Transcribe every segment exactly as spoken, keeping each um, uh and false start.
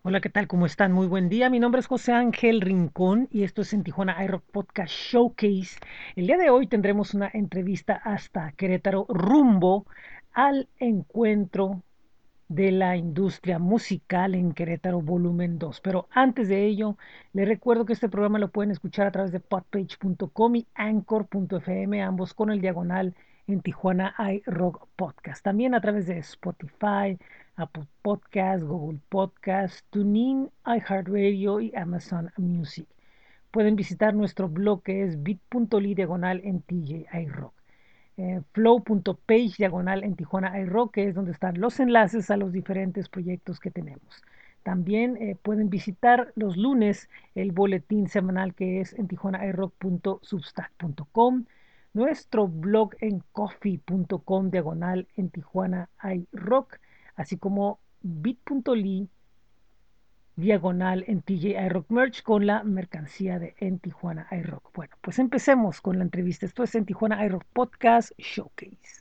Hola, ¿qué tal? ¿Cómo están? Muy buen día. Mi nombre es José Ángel Rincón y esto es en Tijuana iRock Podcast Showcase. El día de hoy tendremos una entrevista hasta Querétaro rumbo al encuentro de la industria musical en Querétaro Volumen dos. Pero antes de ello, les recuerdo que este programa lo pueden escuchar a través de podpage punto com y anchor punto f m, ambos con el diagonal en Tijuana iRock Podcast. También a través de Spotify, Apple Podcast, Google Podcast, TuneIn, iHeartRadio y Amazon Music. Pueden visitar nuestro blog que es bit.ly diagonal en T J iRock. Eh, flow.page diagonal en Tijuana iRock, que es donde están los enlaces a los diferentes proyectos que tenemos. También eh, pueden visitar los lunes el boletín semanal que es en tijuana iRock punto substack punto com, nuestro blog en coffee punto com diagonal en Tijuana iRock, así como bit.ly diagonal en T J iRock Merch con la mercancía de En Tijuana iRock. Bueno, pues empecemos con la entrevista. Esto es En Tijuana iRock Podcast Showcase.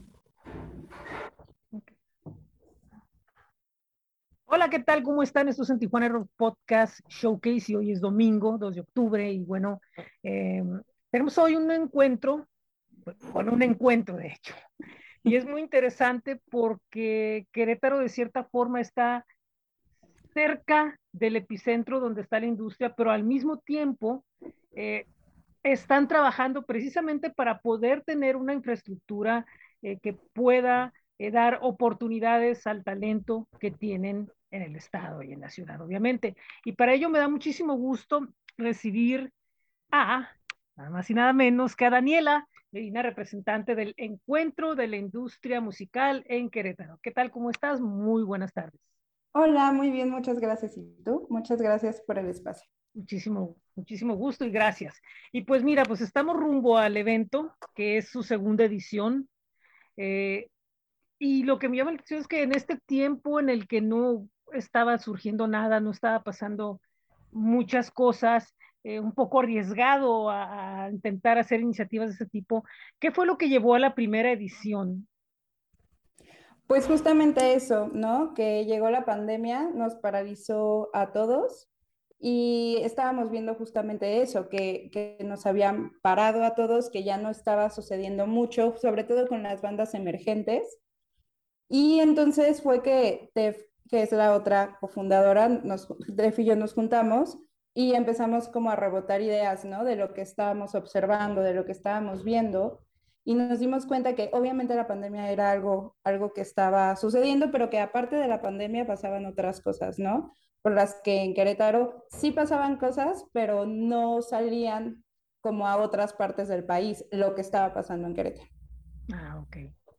Ok. Hola, ¿qué tal? ¿Cómo están? Esto es En Tijuana iRock Podcast Showcase y hoy es domingo, dos de octubre y bueno, eh, tenemos hoy un encuentro, bueno, un encuentro de hecho, y es muy interesante porque Querétaro de cierta forma está cerca del epicentro donde está la industria, pero al mismo tiempo eh, están trabajando precisamente para poder tener una infraestructura eh, que pueda eh, dar oportunidades al talento que tienen en el estado y en la ciudad, obviamente. Y para ello me da muchísimo gusto recibir a nada más y nada menos que a Daniela Medina, representante del Encuentro de la Industria Musical en Querétaro. ¿Qué tal? ¿Cómo estás? Muy buenas tardes. Hola, muy bien, muchas gracias. ¿Y tú? Muchas gracias por el espacio. Muchísimo, muchísimo gusto y gracias. Y pues mira, pues estamos rumbo al evento, que es su segunda edición. eh, y lo que me llama la atención es que en este tiempo en el que no estaba surgiendo nada, no estaba pasando muchas cosas, eh, un poco arriesgado a, a intentar hacer iniciativas de ese tipo, ¿qué fue lo que llevó a la primera edición? Pues justamente eso, ¿no? Que llegó la pandemia, nos paralizó a todos y estábamos viendo justamente eso, que, que nos habían parado a todos, que ya no estaba sucediendo mucho, sobre todo con las bandas emergentes. Y entonces fue que Tef, que es la otra cofundadora, nos, Tef y yo nos juntamos y empezamos como a rebotar ideas, ¿no? De lo que estábamos observando, de lo que estábamos viendo. Y nos dimos cuenta que obviamente la pandemia era algo, algo que estaba sucediendo, pero que aparte de la pandemia pasaban otras cosas, ¿no? Por las que en Querétaro sí pasaban cosas, pero no salían como a otras partes del país lo que estaba pasando en Querétaro. Ah, ok.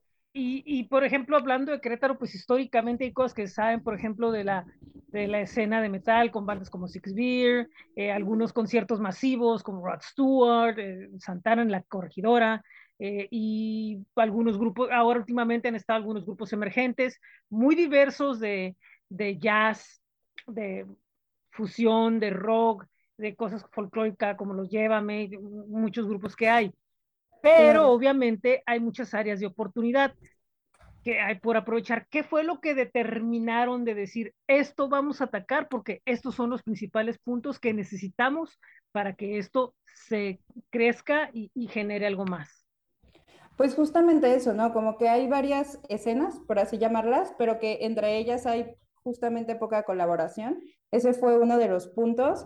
Y, y, por ejemplo, hablando de Querétaro, pues históricamente hay cosas que se saben, por ejemplo, de la, de la escena de metal con bandas como Six Beer, eh, algunos conciertos masivos como Rod Stewart, eh, Santana en la Corregidora, eh, y algunos grupos, ahora últimamente han estado algunos grupos emergentes, muy diversos de, de jazz, de fusión, de rock, de cosas folclóricas como los Llévame, muchos grupos que hay. Pero Claro. obviamente hay muchas áreas de oportunidad que hay por aprovechar. ¿Qué fue lo que determinaron de decir, esto vamos a atacar porque estos son los principales puntos que necesitamos para que esto se crezca y, y genere algo más? Pues justamente eso, ¿no? Como que hay varias escenas, por así llamarlas, pero que entre ellas hay justamente poca colaboración. Ese fue uno de los puntos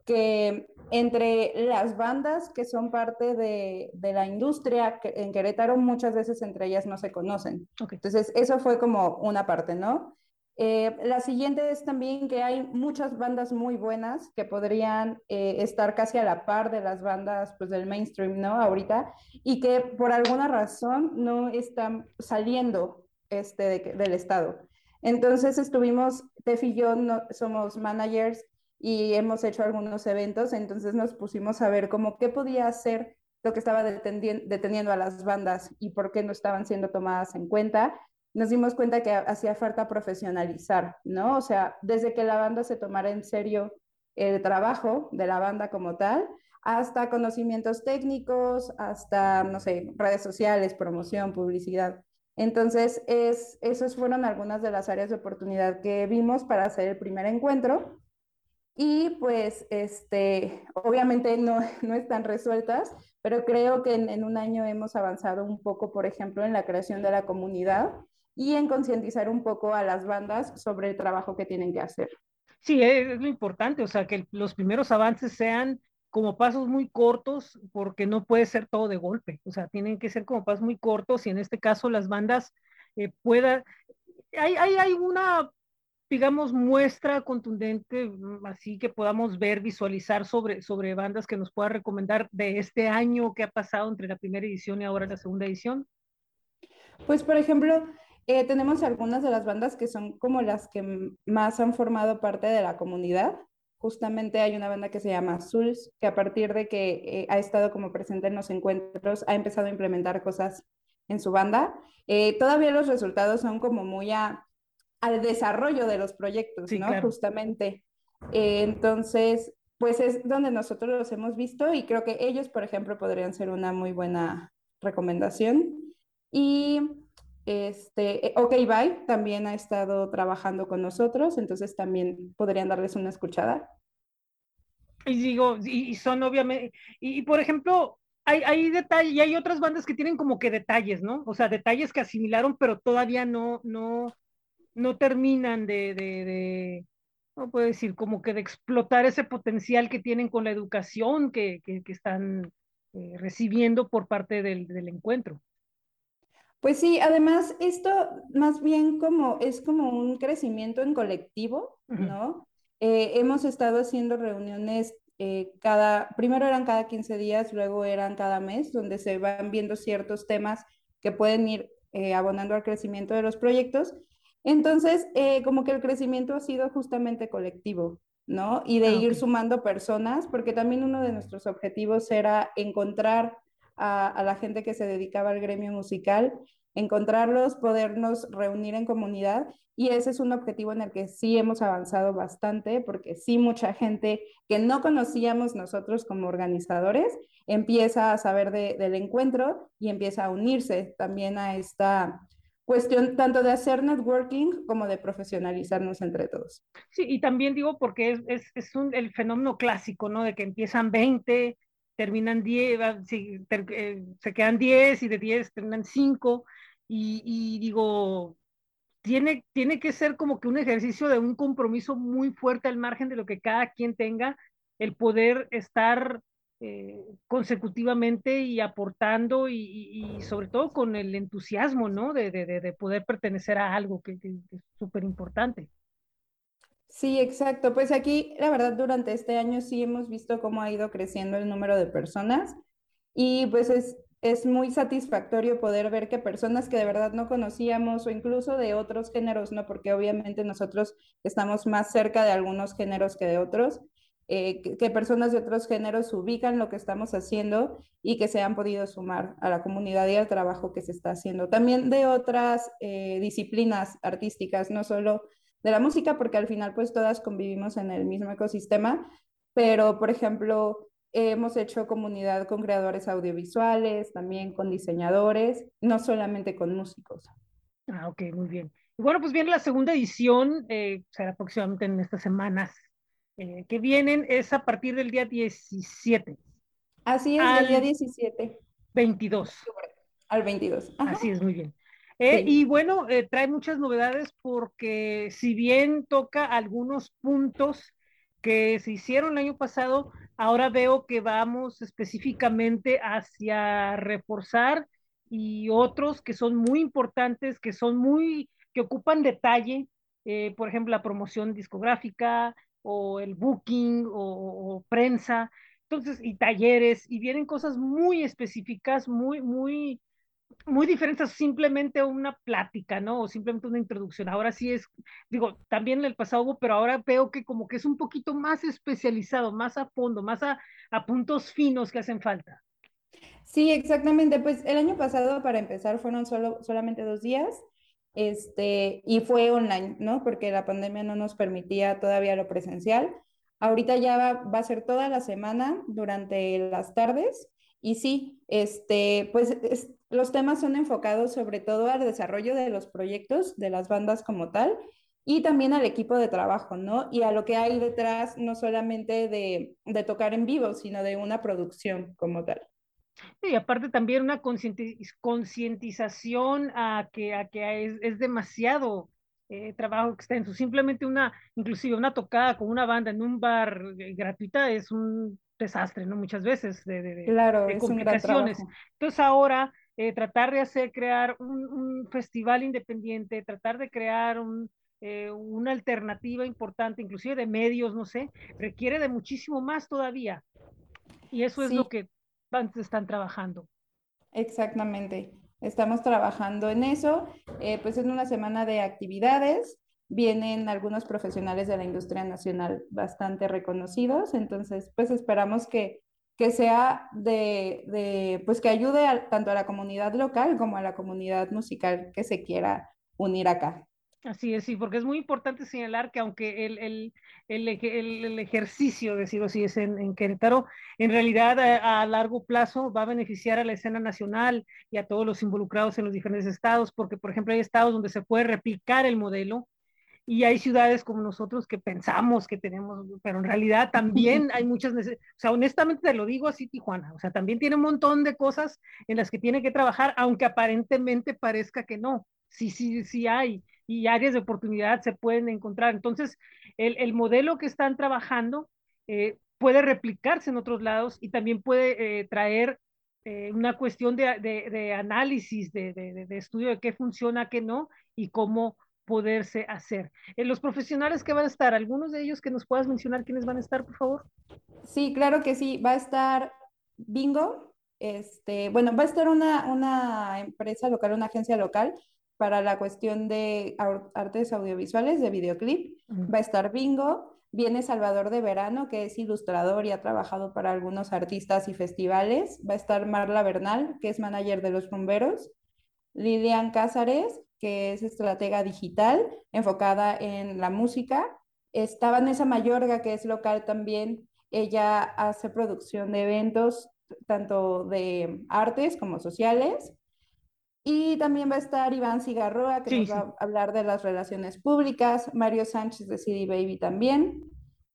que entre las bandas que son parte de, de la industria que en Querétaro, muchas veces entre ellas no se conocen. Ok. Entonces, eso fue como una parte, ¿no? Eh, la siguiente es también que hay muchas bandas muy buenas que podrían eh, estar casi a la par de las bandas pues, del mainstream, ¿no? Ahorita, y que por alguna razón no están saliendo este, de, del estado. Entonces estuvimos, Tef y yo no, somos managers y hemos hecho algunos eventos, entonces nos pusimos a ver como qué podía hacer lo que estaba deteniendo a las bandas y por qué no estaban siendo tomadas en cuenta. Nos dimos cuenta que hacía falta profesionalizar, ¿no? O sea, desde que la banda se tomara en serio el trabajo de la banda como tal, hasta conocimientos técnicos, hasta, no sé, redes sociales, promoción, publicidad. Entonces, es, esos fueron algunas de las áreas de oportunidad que vimos para hacer el primer encuentro. Y pues, este, obviamente no, no están resueltas, pero creo que en, en un año hemos avanzado un poco, por ejemplo, en la creación de la comunidad y en concientizar un poco a las bandas sobre el trabajo que tienen que hacer. Sí, es, es lo importante, o sea, que el- los primeros avances sean como pasos muy cortos, porque no puede ser todo de golpe, o sea, tienen que ser como pasos muy cortos y en este caso las bandas eh, puedan, hay, hay, hay una, digamos, muestra contundente, mm, así que podamos ver, visualizar sobre, sobre bandas que nos pueda recomendar de este año que ha pasado entre la primera edición y ahora la segunda edición. Pues, por ejemplo, eh, tenemos algunas de las bandas que son como las que m- más han formado parte de la comunidad. Justamente hay una banda que se llama Souls, que a partir de que eh, ha estado como presente en los encuentros, ha empezado a implementar cosas en su banda. Eh, todavía los resultados son como muy a, al desarrollo de los proyectos, Sí, ¿no? claro. Justamente. Eh, entonces, pues es donde nosotros los hemos visto y creo que ellos, por ejemplo, podrían ser una muy buena recomendación. Y este, eh, OK Bye también ha estado trabajando con nosotros, entonces también podrían darles una escuchada. Y digo, y, y son obviamente, y, y por ejemplo, hay, hay detalles, y hay otras bandas que tienen como que detalles, ¿no? O sea, detalles que asimilaron, pero todavía no, no, no terminan de, de, de, no puedo decir, como que de explotar ese potencial que tienen con la educación que, que, que están eh, recibiendo por parte del, del encuentro. Pues sí, además esto más bien como es como un crecimiento en colectivo, Ujú. ¿no? Eh, hemos estado haciendo reuniones eh, cada, primero eran cada quince días, luego eran cada mes, donde se van viendo ciertos temas que pueden ir eh, abonando al crecimiento de los proyectos. Entonces, eh, como que el crecimiento ha sido justamente colectivo, ¿no? Y de Ah, ok. ir sumando personas, porque también uno de nuestros objetivos era encontrar a, a la gente que se dedicaba al gremio musical, encontrarlos, podernos reunir en comunidad y ese es un objetivo en el que sí hemos avanzado bastante porque sí mucha gente que no conocíamos nosotros como organizadores empieza a saber de, del encuentro y empieza a unirse también a esta cuestión tanto de hacer networking como de profesionalizarnos entre todos. Sí, y también digo porque es, es, es un, el fenómeno clásico, ¿no? De que empiezan veinte, terminan diez, va, sí, ter- eh, se quedan diez y de diez terminan cinco y, y digo, tiene, tiene que ser como que un ejercicio de un compromiso muy fuerte al margen de lo que cada quien tenga, el poder estar eh, consecutivamente y aportando y, y- y sobre todo con el entusiasmo, ¿no? De, de, de- de poder pertenecer a algo que, que- que es súper importante. Sí, exacto. Pues aquí, la verdad, durante este año sí hemos visto cómo ha ido creciendo el número de personas y pues es, es muy satisfactorio poder ver que personas que de verdad no conocíamos o incluso de otros géneros, ¿no? Porque obviamente nosotros estamos más cerca de algunos géneros que de otros, eh, que, que personas de otros géneros ubican lo que estamos haciendo y que se han podido sumar a la comunidad y al trabajo que se está haciendo. También de otras eh, disciplinas artísticas, no solo de la música, porque al final pues todas convivimos en el mismo ecosistema, pero por ejemplo, hemos hecho comunidad con creadores audiovisuales, también con diseñadores, no solamente con músicos. Ah, ok, muy bien. Y bueno, pues viene la segunda edición, eh, será próximamente en estas semanas eh, que vienen, es a partir del día diecisiete Así es, del día al diecisiete de veintidós. octubre al veintidós. Ajá, Así es, muy bien. Eh, y sí. bueno, eh, trae muchas novedades porque si bien toca algunos puntos que se hicieron el año pasado, ahora veo que vamos específicamente hacia reforzar y otros que son muy importantes, que son muy, que ocupan detalle, eh, por ejemplo, la promoción discográfica o el booking o, o prensa, entonces, y talleres, y vienen cosas muy específicas, muy, muy muy diferentes a simplemente una plática, ¿no? O simplemente una introducción. Ahora sí es, digo, también en el pasado hubo, pero ahora veo que como que es un poquito más especializado, más a fondo, más a, a puntos finos que hacen falta. Sí, exactamente. Pues el año pasado, para empezar, fueron solo, solamente dos días, este, y fue online, ¿no? Porque la pandemia no nos permitía todavía lo presencial. Ahorita ya va, va a ser toda la semana durante las tardes Y sí, este, pues es- los temas son enfocados sobre todo al desarrollo de los proyectos, de las bandas como tal, y también al equipo de trabajo, ¿no? Y a lo que hay detrás, no solamente de, de tocar en vivo, sino de una producción como tal. Y aparte también una concienti- concientización a que, a que es, es demasiado eh, trabajo extenso. Simplemente una, inclusive una tocada con una banda en un bar eh, gratuita es un desastre, ¿no? Muchas veces de, de- de- Claro, de es un gran complicaciones. trabajo. Entonces ahora eh, tratar de hacer, crear un, un festival independiente, tratar de crear un, eh, una alternativa importante, inclusive de medios, no sé, requiere de muchísimo más todavía. Y eso es lo Sí, que van- están trabajando. exactamente. Estamos trabajando en eso. Eh, pues en una semana de actividades vienen algunos profesionales de la industria nacional bastante reconocidos. Entonces, pues esperamos que, que sea de, de, pues que ayude a- tanto a la comunidad local como a la comunidad musical que se quiera unir acá. Así es, sí, porque es muy importante señalar que aunque el, el, el, eje- el- el ejercicio, decirlo así, es en, en Querétaro, en realidad a, a largo plazo va a beneficiar a la escena nacional y a todos los involucrados en los diferentes estados, porque, por ejemplo, hay estados donde se puede replicar el modelo y hay ciudades como nosotros que pensamos que tenemos, pero en realidad también hay muchas necesidades. O sea, honestamente te lo digo así, Tijuana, o sea, también tiene un montón de cosas en las que tiene que trabajar, aunque aparentemente parezca que no. Sí, sí, sí hay, y áreas de oportunidad se pueden encontrar. Entonces, el, el modelo que están trabajando eh, puede replicarse en otros lados y también puede eh, traer eh, una cuestión de, de, de análisis, de, de, de, estudio de qué funciona, qué no, y cómo poderse hacer. Eh, los profesionales que van a estar, algunos de ellos que nos puedas mencionar quiénes van a estar, por favor. Sí, claro que sí. Va a estar Bingo. Este, bueno, va a estar una, una empresa local, una agencia local para la cuestión de au- artes audiovisuales, de videoclip. Mm. Va a estar Bingo. Viene Salvador de Verano, que es ilustrador y ha trabajado para algunos artistas y festivales. Va a estar Marla Bernal, que es manager de los bomberos. Lilian Cázares, que es estratega digital enfocada en la música. Está Vanessa Mayorga, que es local también. Ella hace producción de eventos, tanto de artes como sociales. Y también va a estar Iván Cigarroa, que Sí, nos va sí. a hablar de las relaciones públicas. Mario Sánchez de C D Baby también.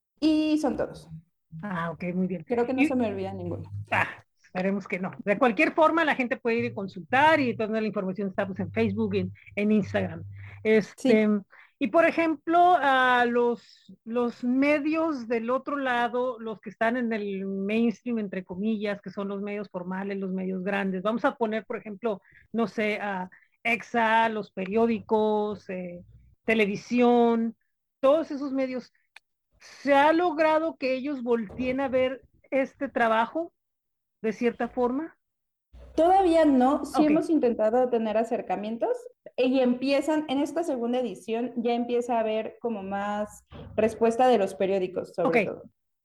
Y son todos. Ah, ok, muy bien. Creo que no se Y me olvida ninguno. ah, esperemos que no. De cualquier forma, la gente puede ir y consultar y toda la información está pues, en Facebook, en, en Instagram. Este, Sí, y por ejemplo, a los, los medios del otro lado, los que están en el mainstream, entre comillas, que son los medios formales, los medios grandes. Vamos a poner, por ejemplo, no sé, a Exa, los periódicos, eh, televisión, todos esos medios. ¿Se ha logrado que ellos volteen a ver este trabajo de cierta forma? todavía no, sí Ok, hemos intentado tener acercamientos y empiezan, en esta segunda edición ya empieza a haber como más respuesta de los periódicos, ok. sobre todo.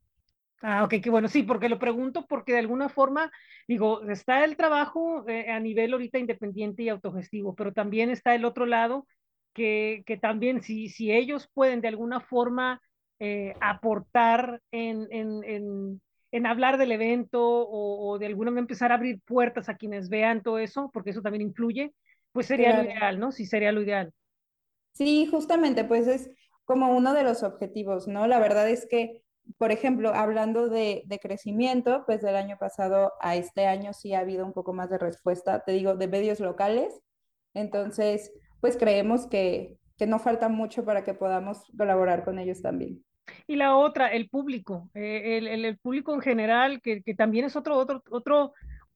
Ah, ok, qué bueno. Sí, porque lo pregunto porque de alguna forma, digo, está el trabajo eh, a nivel ahorita independiente y autogestivo, pero también está el otro lado que, que también si, si ellos pueden de alguna forma eh, aportar en, en, en, en hablar del evento o, o de alguna manera empezar a abrir puertas a quienes vean todo eso, porque eso también influye, pues sería lo Claro. ideal, ¿no? Sí, sería lo ideal. Sí, justamente, pues es como uno de los objetivos, ¿no? La verdad es que, por ejemplo, hablando de, de crecimiento, pues del año pasado a este año sí ha habido un poco más de respuesta, te digo, de medios locales. Entonces, pues creemos que, que no falta mucho para que podamos colaborar con ellos también. Y la otra, el público, eh, el, el, el público en general, que, que también es otro, otro, otro,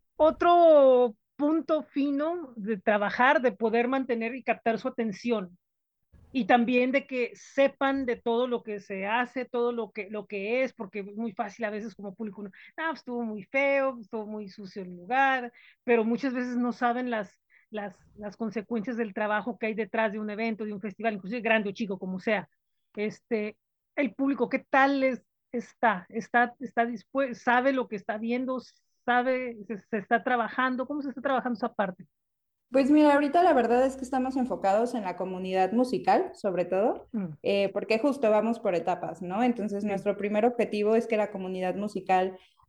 otro punto fino de trabajar, de poder mantener y captar su atención. Y también de que sepan de todo lo que se hace, todo lo que, lo que es, porque es muy fácil a veces como público, ¿no? Ah, pues, estuvo muy feo, estuvo muy sucio el lugar, pero muchas veces no saben las, las, las consecuencias del trabajo que hay detrás de un evento, de un festival, inclusive grande o chico, como sea. Este, el público, ¿qué tal es, está? ¿Está, está dispuesto, sabe lo que está viendo, sabe, se, se está trabajando? ¿Cómo se está trabajando esa parte? Pues mira, ahorita la verdad es que estamos enfocados en la comunidad musical, sobre todo, Mm, eh, porque justo vamos por etapas, ¿no? Entonces, sí. nuestro primer objetivo es que la comunidad musical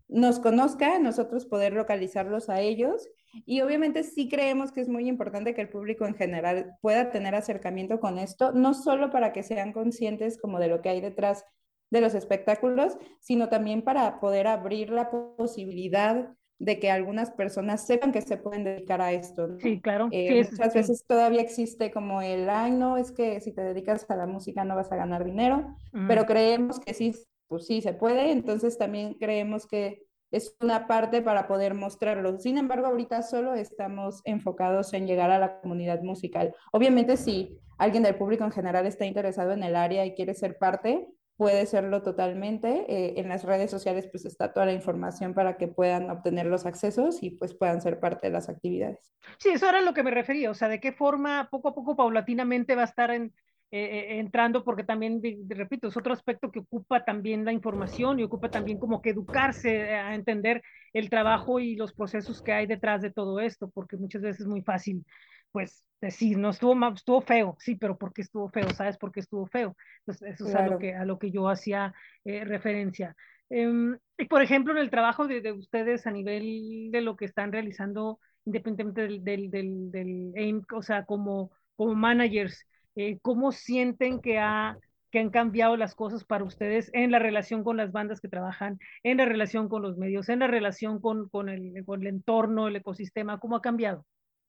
nos conozca, nosotros poder localizarlos a ellos. Y obviamente sí creemos que es muy importante que el público en general pueda tener acercamiento con esto, no solo para que sean conscientes como de lo que hay detrás de los espectáculos, sino también para poder abrir la posibilidad de que algunas personas sepan que se pueden dedicar a esto, Sí, ¿no? claro. Eh, Sí, es, muchas sí. veces todavía existe como el, ay, no, es que si te dedicas a la música no vas a ganar dinero, Mm. pero creemos que sí, pues sí se puede, entonces también creemos que es una parte para poder mostrarlo. Sin embargo, ahorita solo estamos enfocados en llegar a la comunidad musical. Obviamente, si alguien del público en general está interesado en el área y quiere ser parte, puede serlo totalmente. Eh, en las redes sociales pues está toda la información para que puedan obtener los accesos y pues puedan ser parte de las actividades. Sí, eso era lo que me refería, o sea, de qué forma poco a poco, paulatinamente va a estar en, eh, eh, entrando, porque también, de- de- repito, es otro aspecto que ocupa también la información y ocupa también como que educarse a entender el trabajo y los procesos que hay detrás de todo esto, porque muchas veces es muy fácil, pues, decir, no estuvo mal, estuvo feo, sí, pero ¿por qué estuvo feo? ¿Sabes por qué estuvo feo? Entonces, eso es a lo Claro. que, a lo que yo hacía eh, referencia. Em, y por ejemplo, en el trabajo de, de ustedes a nivel de lo que están realizando independientemente del, del, del, del aim, o sea, como, como managers, eh, ¿cómo sienten que, ha, que han cambiado las cosas para ustedes en la relación con las bandas que trabajan, en la relación con los medios, en la relación con, con, el, con el entorno, el ecosistema? ¿Cómo ha cambiado?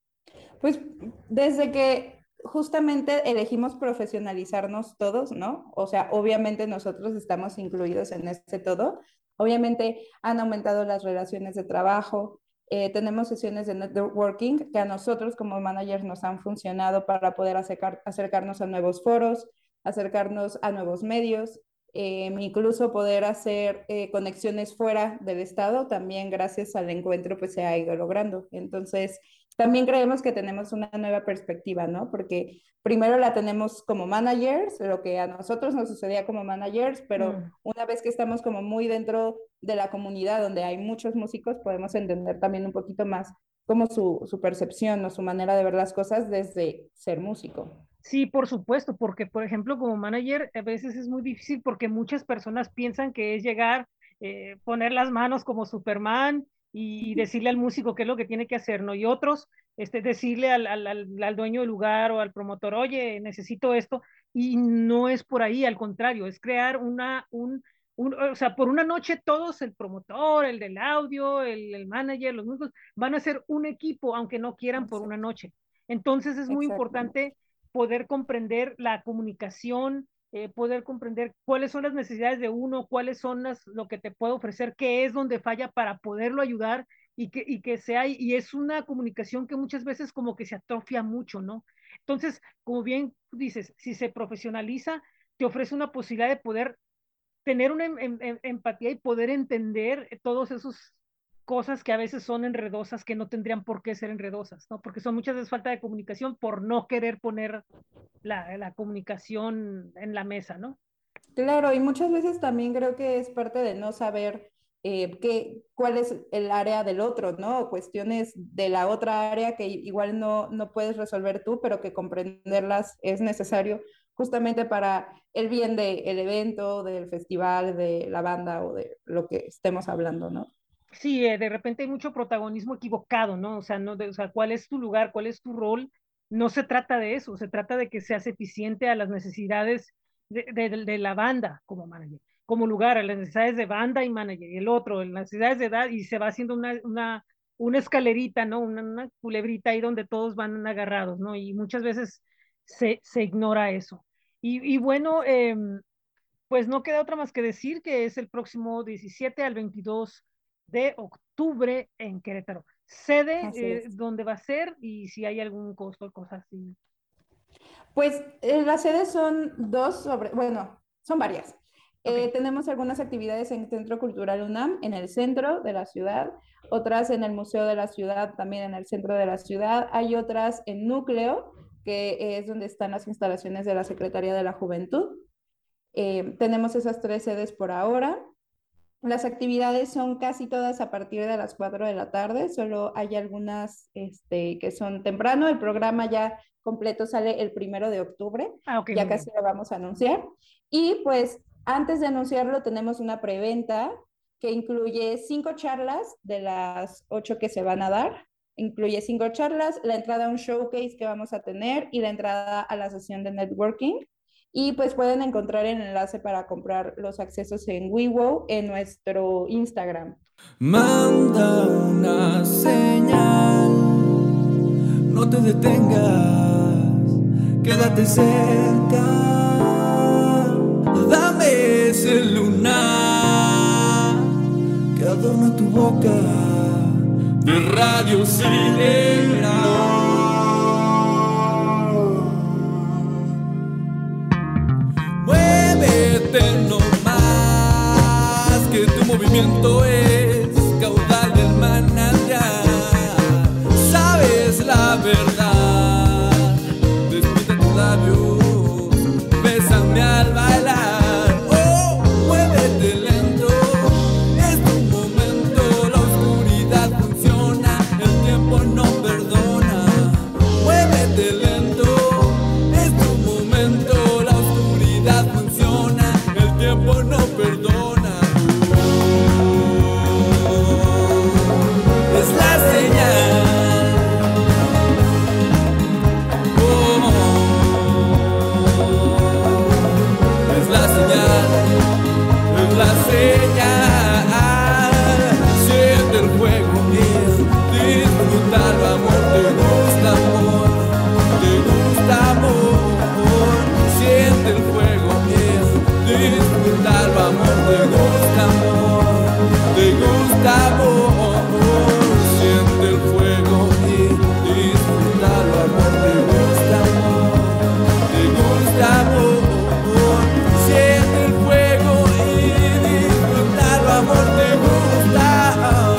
Pues desde que justamente elegimos profesionalizarnos todos, ¿no? O sea, obviamente nosotros estamos incluidos en este todo. Obviamente han aumentado las relaciones de trabajo, eh, tenemos sesiones de networking que a nosotros como managers nos han funcionado para poder acercar, acercarnos a nuevos foros, acercarnos a nuevos medios, eh, incluso poder hacer eh, conexiones fuera del estado, también gracias al encuentro pues se ha ido logrando. Entonces, también creemos que tenemos una nueva perspectiva, ¿no? Porque primero la tenemos como managers, lo que a nosotros nos sucedía como managers, pero Mm. una vez que estamos como muy dentro de la comunidad donde hay muchos músicos, podemos entender también un poquito más como su, su percepción o su manera de ver las cosas desde ser músico. Sí, por supuesto, porque por ejemplo como manager a veces es muy difícil porque muchas personas piensan que es llegar, eh, poner las manos como Superman y, y decirle al músico qué es lo que tiene que hacer, ¿no? Y otros, este, decirle al, al, al, al dueño del lugar o al promotor, oye, necesito esto, y no es por ahí, al contrario, es crear una, un, un, o sea, por una noche todos, el promotor, el del audio, el, el manager, los músicos, van a ser un equipo, aunque no quieran por una Exacto, noche. Entonces es muy exactamente. importante poder comprender la comunicación, eh, poder comprender cuáles son las necesidades de uno, cuáles son las, lo que te puede ofrecer, qué es donde falla para poderlo ayudar y que, y que sea, y es una comunicación que muchas veces como que se atrofia mucho, ¿no? Entonces, como bien dices, si se profesionaliza, te ofrece una posibilidad de poder tener una em, em, em, empatía y poder entender todos esos cosas que a veces son enredosas, que no tendrían por qué ser enredosas, ¿no? Porque son muchas veces falta de comunicación por no querer poner la, la comunicación en la mesa, ¿no? Claro, y muchas veces también creo que es parte de no saber eh, qué, cuál es el área del otro, ¿no? O cuestiones de la otra área que igual no, no puedes resolver tú, pero que comprenderlas es necesario justamente para el bien del evento, del festival, de la banda o de lo que estemos hablando, ¿no? Sí, eh, de repente hay mucho protagonismo equivocado, ¿no? O sea, no de, o sea, ¿cuál es tu lugar? ¿Cuál es tu rol? No se trata de eso, se trata de que seas eficiente a las necesidades de, de, de la banda como manager, como lugar, a las necesidades de banda y manager, y el otro, las necesidades de edad, y se va haciendo una, una, una escalerita, ¿no? Una, una culebrita ahí donde todos van agarrados, ¿no? Y muchas veces se, se ignora eso. Y, y bueno, eh, pues no queda otra más que decir que es el próximo diecisiete al veintidós de octubre en Querétaro. Sede, Así eh, es. dónde va a ser y si hay algún costo o cosas así. Pues eh, las sedes son dos sobre, bueno, son varias. Ok. Eh, tenemos algunas actividades en el Centro Cultural UNAM, en el centro de la ciudad, otras en el Museo de la Ciudad, también en el centro de la ciudad. Hay otras en Núcleo, que es donde están las instalaciones de la Secretaría de la Juventud. Eh, tenemos esas tres sedes por ahora. Las actividades son casi todas a partir de las cuatro de la tarde, solo hay algunas este, que son temprano. El programa ya completo sale el primero de octubre, Ah, ok, ya muy casi bien. lo vamos a anunciar. Y pues antes de anunciarlo tenemos una preventa que incluye cinco charlas de las ocho que se van a dar. Incluye cinco charlas, la entrada a un showcase que vamos a tener y la entrada a la sesión de networking. Y pues pueden encontrar el enlace para comprar los accesos en WeWo en nuestro Instagram. Manda una señal, no te detengas, quédate cerca, dame ese lunar que adorna tu boca de radio sideral. Muévete no más, que tu movimiento es caudal del manantial. Sabes la verdad, despide tus labios, bésame al bailar. Oh, muévete lento, es tu momento, la oscuridad funciona, el tiempo no perdona. Muévete lento, es tu momento, la oscuridad funciona, el tiempo no perdona. Es la señal. Oh, es la señal. Es la señal. Siente el fuego, es disfrutarlo, amor. Te gusta amor, te gusta amor. Siente el fuego, es disfrutarlo, amor. Te gusta amor, te gusta amor. Siente el fuego y disfrutarlo, amor. Te gusta amor, te gusta amor. Siente el fuego y disfrutarlo, amor. Te gusta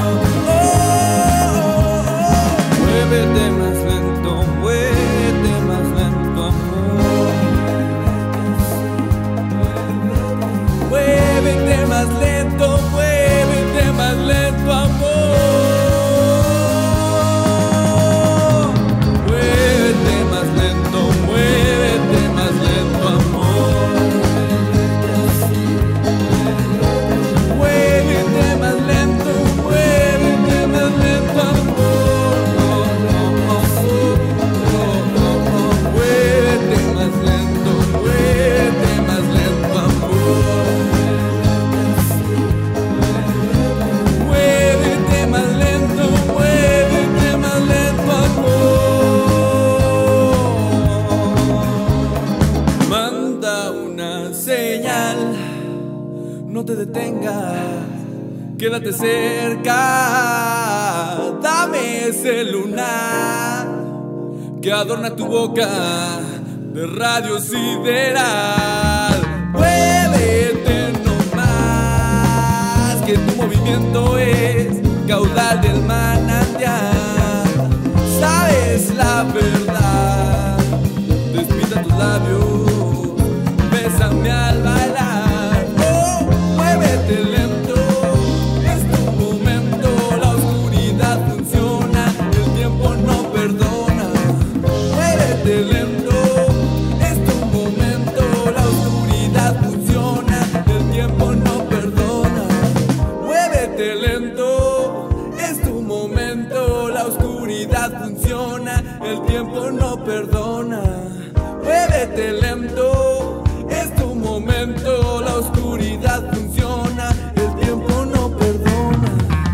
amor. Muévete más lento, muévete más lento, amor. Muévete más lento, muévete más lento, amor. Muévete más lento, muévete más lento, amor. Muévete más lento, muévete más lento, amor. Muévete más lento, muévete más lento, amor. Muévete más lento, muévete más lento, amor. Manda una señal, no te detengas, quédate cerca, dame ese lunar que adorna tu boca de radio sideral. Muévete no más, que tu movimiento es caudal del manantial. Sabes la verdad, despida tus labios, bésame al bailar. Oh, muévete lento, es tu momento, la oscuridad funciona, el tiempo no perdona. Muévete lento, es tu momento, la oscuridad funciona, el tiempo no perdona. Muévete lento, es tu momento, la oscuridad funciona, el tiempo no perdona. Muévete lento, es tu momento, la oscuridad funciona, el tiempo no perdona.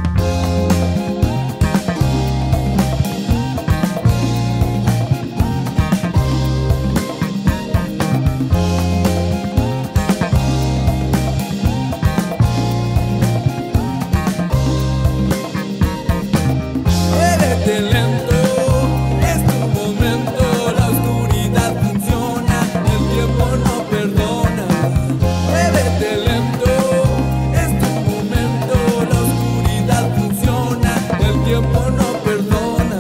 Muévete lento, es tu momento, la oscuridad funciona, el tiempo no perdona. Muévete lento, es tu momento, la oscuridad funciona, el tiempo no perdona.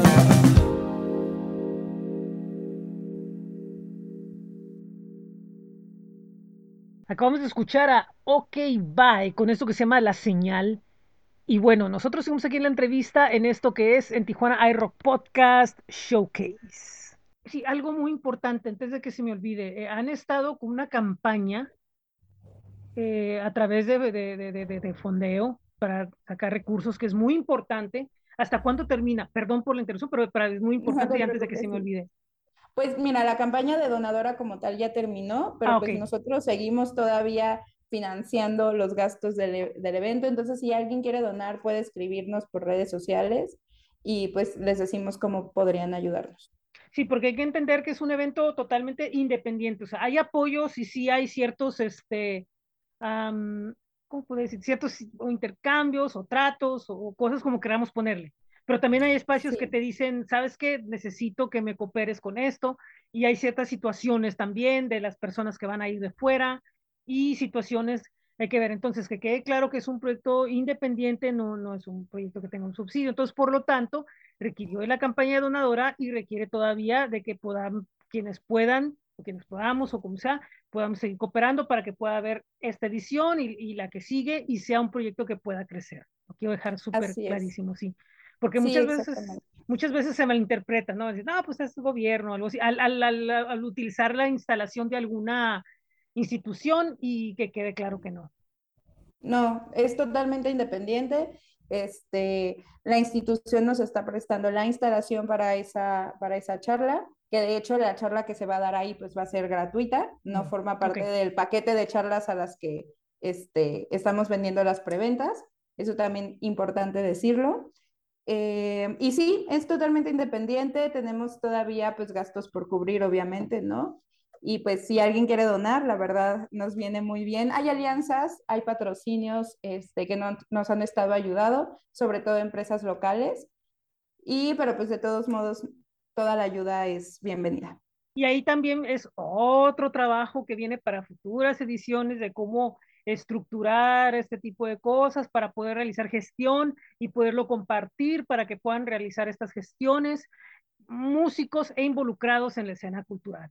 Acabamos de escuchar a OK Bye con esto que se llama La Señal. Y bueno, nosotros seguimos aquí en la entrevista en esto que es en Tijuana iRock Podcast Showcase. Sí, algo muy importante, antes de que se me olvide, eh, han estado con una campaña eh, a través de, de, de, de, de fondeo para sacar recursos, que es muy importante. ¿Hasta cuándo termina? Perdón por la interrupción, pero para, es muy No importante te y antes de que se preocupes. me Sí. olvide. Pues mira, la campaña de donadora como tal ya terminó, Ah, pero ok. pues nosotros seguimos todavía financiando los gastos del, e- del evento. Entonces, si alguien quiere donar, puede escribirnos por redes sociales y pues les decimos cómo podrían ayudarnos. Sí, porque hay que entender que es un evento totalmente independiente. O sea, hay apoyos y sí hay ciertos, este, am, ¿cómo puedo decir? Ciertos o intercambios o tratos o cosas como queramos ponerle. Pero también hay espacios que Sí, te dicen, ¿sabes qué? Necesito que me cooperes con esto. Y hay ciertas situaciones también de las personas que van a ir de fuera y situaciones hay que ver. Entonces, que quede claro que es un proyecto independiente, no, no es un proyecto que tenga un subsidio. Entonces, por lo tanto, requirió de la campaña donadora y requiere todavía de que puedan, quienes puedan, o quienes podamos, o como sea, podamos seguir cooperando para que pueda haber esta edición y, y la que sigue y sea un proyecto que pueda crecer. Lo quiero dejar súper así es. clarísimo, sí. Porque Sí, muchas veces, exactamente. muchas veces se malinterpreta, ¿no? Decir, no, pues es gobierno, algo así, al, al, al, al utilizar la instalación de alguna institución y que quede claro que no. No, es totalmente independiente. Este, la institución nos está prestando la instalación para esa, para esa charla, que de hecho la charla que se va a dar ahí pues va a ser gratuita, no Mm, forma ok. parte del paquete de charlas a las que este, estamos vendiendo las preventas. Eso también importante decirlo. Eh, y sí, es totalmente independiente, tenemos todavía pues gastos por cubrir, obviamente, ¿no? Y pues si alguien quiere donar, la verdad nos viene muy bien. Hay alianzas, hay patrocinios este, que no, nos han estado ayudando, sobre todo empresas locales, y pero pues de todos modos, toda la ayuda es bienvenida. Y ahí también es otro trabajo que viene para futuras ediciones de cómo estructurar este tipo de cosas para poder realizar gestión y poderlo compartir para que puedan realizar estas gestiones músicos e involucrados en la escena cultural.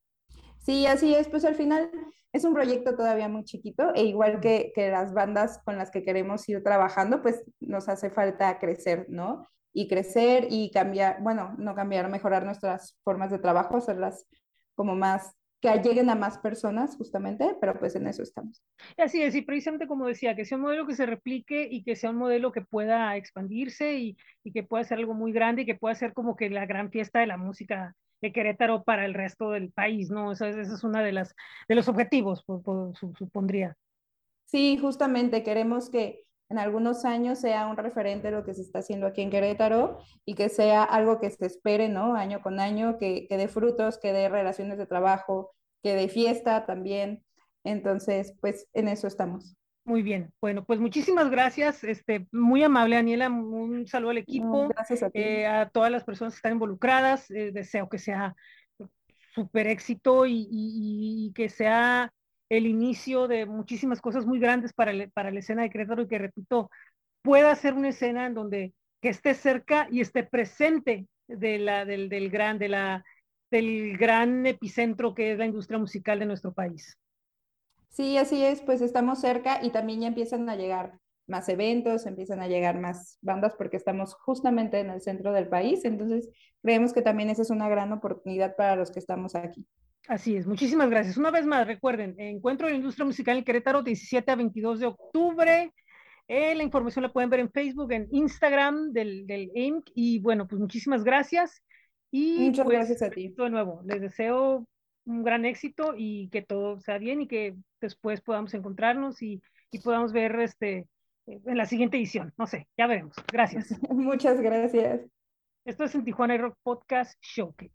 Sí, así es, pues al final es un proyecto todavía muy chiquito e igual Mm. que, que las bandas con las que queremos ir trabajando, pues nos hace falta crecer, ¿no? Y crecer y cambiar, bueno, no cambiar, mejorar nuestras formas de trabajo, hacerlas como más, que lleguen a más personas justamente, pero pues en eso estamos. Y así es, y precisamente como decía, que sea un modelo que se replique y que sea un modelo que pueda expandirse y, y que pueda ser algo muy grande y que pueda ser como que la gran fiesta de la música de Querétaro para el resto del país, ¿no? Esa, es- esa es una de las de los objetivos, po- po- su- supondría. Sí, justamente queremos que en algunos años sea un referente lo que se está haciendo aquí en Querétaro y que sea algo que se espere, ¿no? Año con año, que, que dé frutos, que dé relaciones de trabajo, que dé fiesta también. Entonces, pues en eso estamos. Muy bien. Bueno, pues muchísimas gracias. Este, muy amable, Daniela. Un saludo al No, equipo, gracias a ti. eh, a todas las personas que están involucradas. Eh, deseo que sea súper éxito y, y- y que sea el inicio de muchísimas cosas muy grandes para, el- para la escena de Querétaro y que, repito, pueda ser una escena en donde que esté cerca y esté presente de la, del, del gran, de la, del gran epicentro que es la industria musical de nuestro país. Sí, así es, pues estamos cerca y también ya empiezan a llegar más eventos, empiezan a llegar más bandas porque estamos justamente en el centro del país. Entonces, creemos que también esa es una gran oportunidad para los que estamos aquí. Así es, muchísimas gracias. Una vez más, recuerden, Encuentro de la Industria Musical en Querétaro, diecisiete a veintidós de octubre. Eh, la información la pueden ver en Facebook, en Instagram del, del I N C. Y bueno, pues muchísimas gracias. Y Muchas pues, gracias a ti. repito de nuevo, les deseo un gran éxito y que todo sea bien y que después podamos encontrarnos y, y podamos ver este, eh, en la siguiente edición. No sé, ya veremos. Gracias. Muchas gracias. Esto es en Tijuana Rock Podcast Showcase.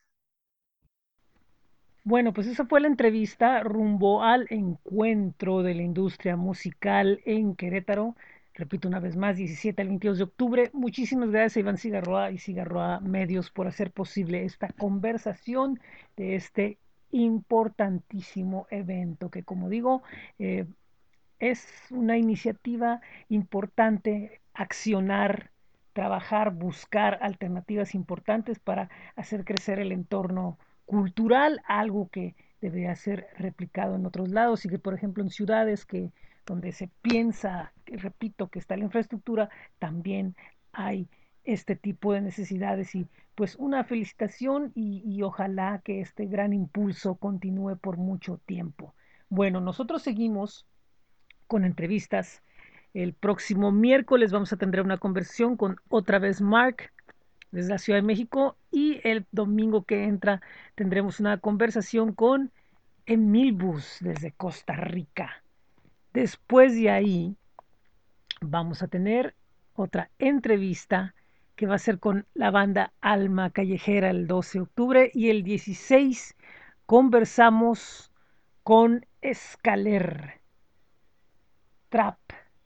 Bueno, pues esa fue la entrevista rumbo al encuentro de la industria musical en Querétaro. Repito una vez más, diecisiete al veintidós de octubre. Muchísimas gracias a Iván Cigarroa y Cigarroa Medios por hacer posible esta conversación de este importantísimo evento que, como digo, eh, es una iniciativa importante accionar, trabajar, buscar alternativas importantes para hacer crecer el entorno cultural, algo que debería ser replicado en otros lados y que, por ejemplo, en ciudades que donde se piensa, que repito, que está la infraestructura, también hay este tipo de necesidades y pues una felicitación y, y ojalá que este gran impulso continúe por mucho tiempo. Bueno, nosotros seguimos con entrevistas El próximo miércoles vamos a tener una conversación con otra vez Mark desde la Ciudad de México y el domingo que entra tendremos una conversación con Emil Bus desde Costa Rica. Después de ahí vamos a tener otra entrevista que va a ser con la banda Alma Callejera el doce de octubre y el dieciséis conversamos con Escaler Trap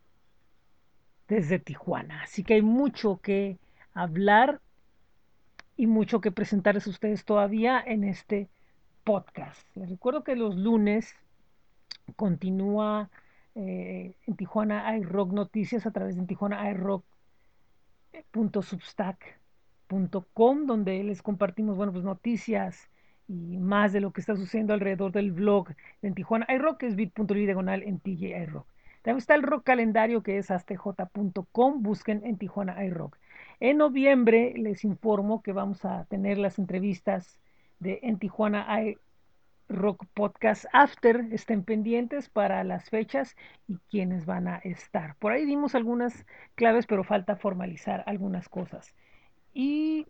desde Tijuana. Así que hay mucho que hablar y mucho que presentarles a ustedes todavía en este podcast. Les recuerdo que los lunes continúa eh, en Tijuana iRock Noticias a través de tijuana iRock punto substack punto com, donde les compartimos, bueno, pues noticias y más de lo que está sucediendo alrededor del blog en Tijuana iRock, que es bit.ly diagonal en T J iRock. También está el rock calendario, que es astj punto com, busquen en Tijuana iRock. En noviembre les informo que vamos a tener las entrevistas de en Tijuana iRock Podcast After. Estén pendientes para las fechas y quiénes van a estar. Por ahí dimos algunas claves, pero falta formalizar algunas cosas. Y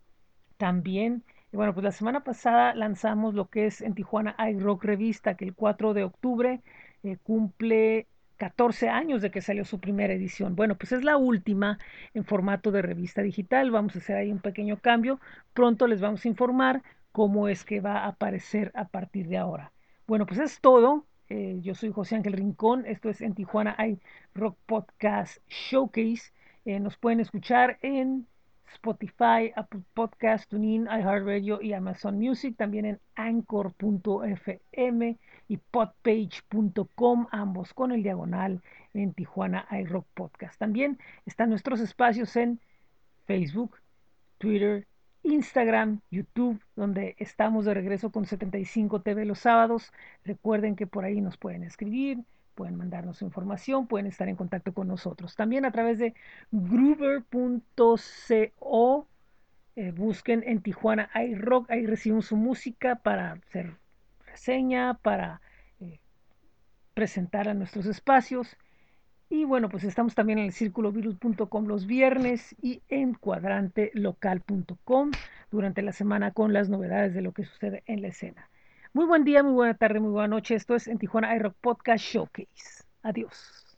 también, bueno, pues la semana pasada lanzamos lo que es en Tijuana iRock Revista, que el cuatro de octubre eh, cumple catorce años de que salió su primera edición. Bueno, pues es la última en formato de revista digital. Vamos a hacer ahí un pequeño cambio. Pronto les vamos a informar cómo es que va a aparecer a partir de ahora. Bueno, pues es todo. Eh, yo soy José Ángel Rincón. Esto es en Tijuana iRock Podcast Showcase. Eh, nos pueden escuchar en Spotify, Apple Podcast, TuneIn, iHeartRadio y Amazon Music, también en anchor punto f m y podpage punto com, ambos con el diagonal en Tijuana iRock Podcast. También están nuestros espacios en Facebook, Twitter, Instagram, YouTube, donde estamos de regreso con setenta y cinco T V los sábados. Recuerden que por ahí nos pueden escribir, pueden mandarnos información, pueden estar en contacto con nosotros. También a través de groover punto co, eh, busquen en Tijuana iRock, ahí reciben su música para hacer reseña, para eh, presentar a nuestros espacios. Y bueno, pues estamos también en el círculo virus punto com los viernes y en cuadrante local punto com durante la semana con las novedades de lo que sucede en la escena. Muy buen día, muy buena tarde, muy buena noche. Esto es en Tijuana iRock Podcast Showcase. Adiós.